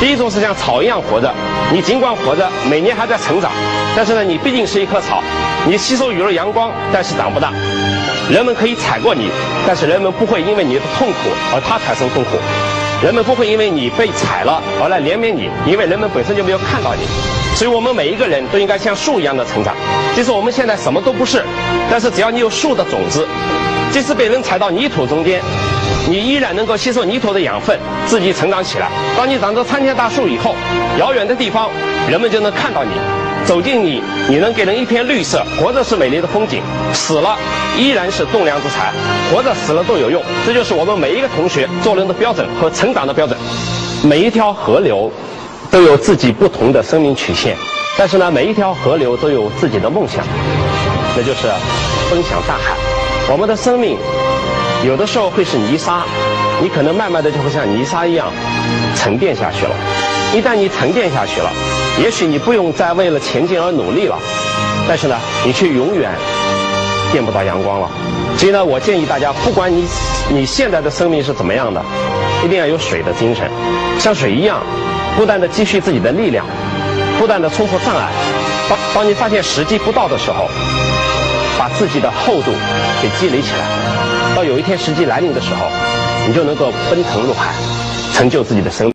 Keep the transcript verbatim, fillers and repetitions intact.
第一种是像草一样活着，你尽管活着，每年还在成长，但是呢，你毕竟是一棵草，你吸收雨露阳光，但是长不大。人们可以踩过你，但是人们不会因为你的痛苦而他产生痛苦。人们不会因为你被踩了而来怜悯你，因为人们本身就没有看到你。所以我们每一个人都应该像树一样的成长。即使我们现在什么都不是，但是只要你有树的种子，即使被人踩到泥土中间，你依然能够吸收泥土的养分，自己成长起来。当你长成参天大树以后，遥远的地方人们就能看到你，走近你，你能给人一片绿色。活着是美丽的风景，死了依然是栋梁之材。活着死了都有用，这就是我们每一个同学做人的标准和成长的标准。每一条河流都有自己不同的生命曲线，但是呢，每一条河流都有自己的梦想，那就是奔向大海。我们的生命有的时候会是泥沙，你可能慢慢的就会像泥沙一样沉淀下去了。一旦你沉淀下去了，也许你不用再为了前进而努力了，但是呢，你却永远见不到阳光了。所以呢，我建议大家，不管你你现在的生命是怎么样的，一定要有水的精神，像水一样，不断的积蓄自己的力量，不断的冲破障碍。当当你发现时机不到的时候，把自己的厚度给积累起来，到有一天时机来临的时候，你就能够奔腾入海，成就自己的生命。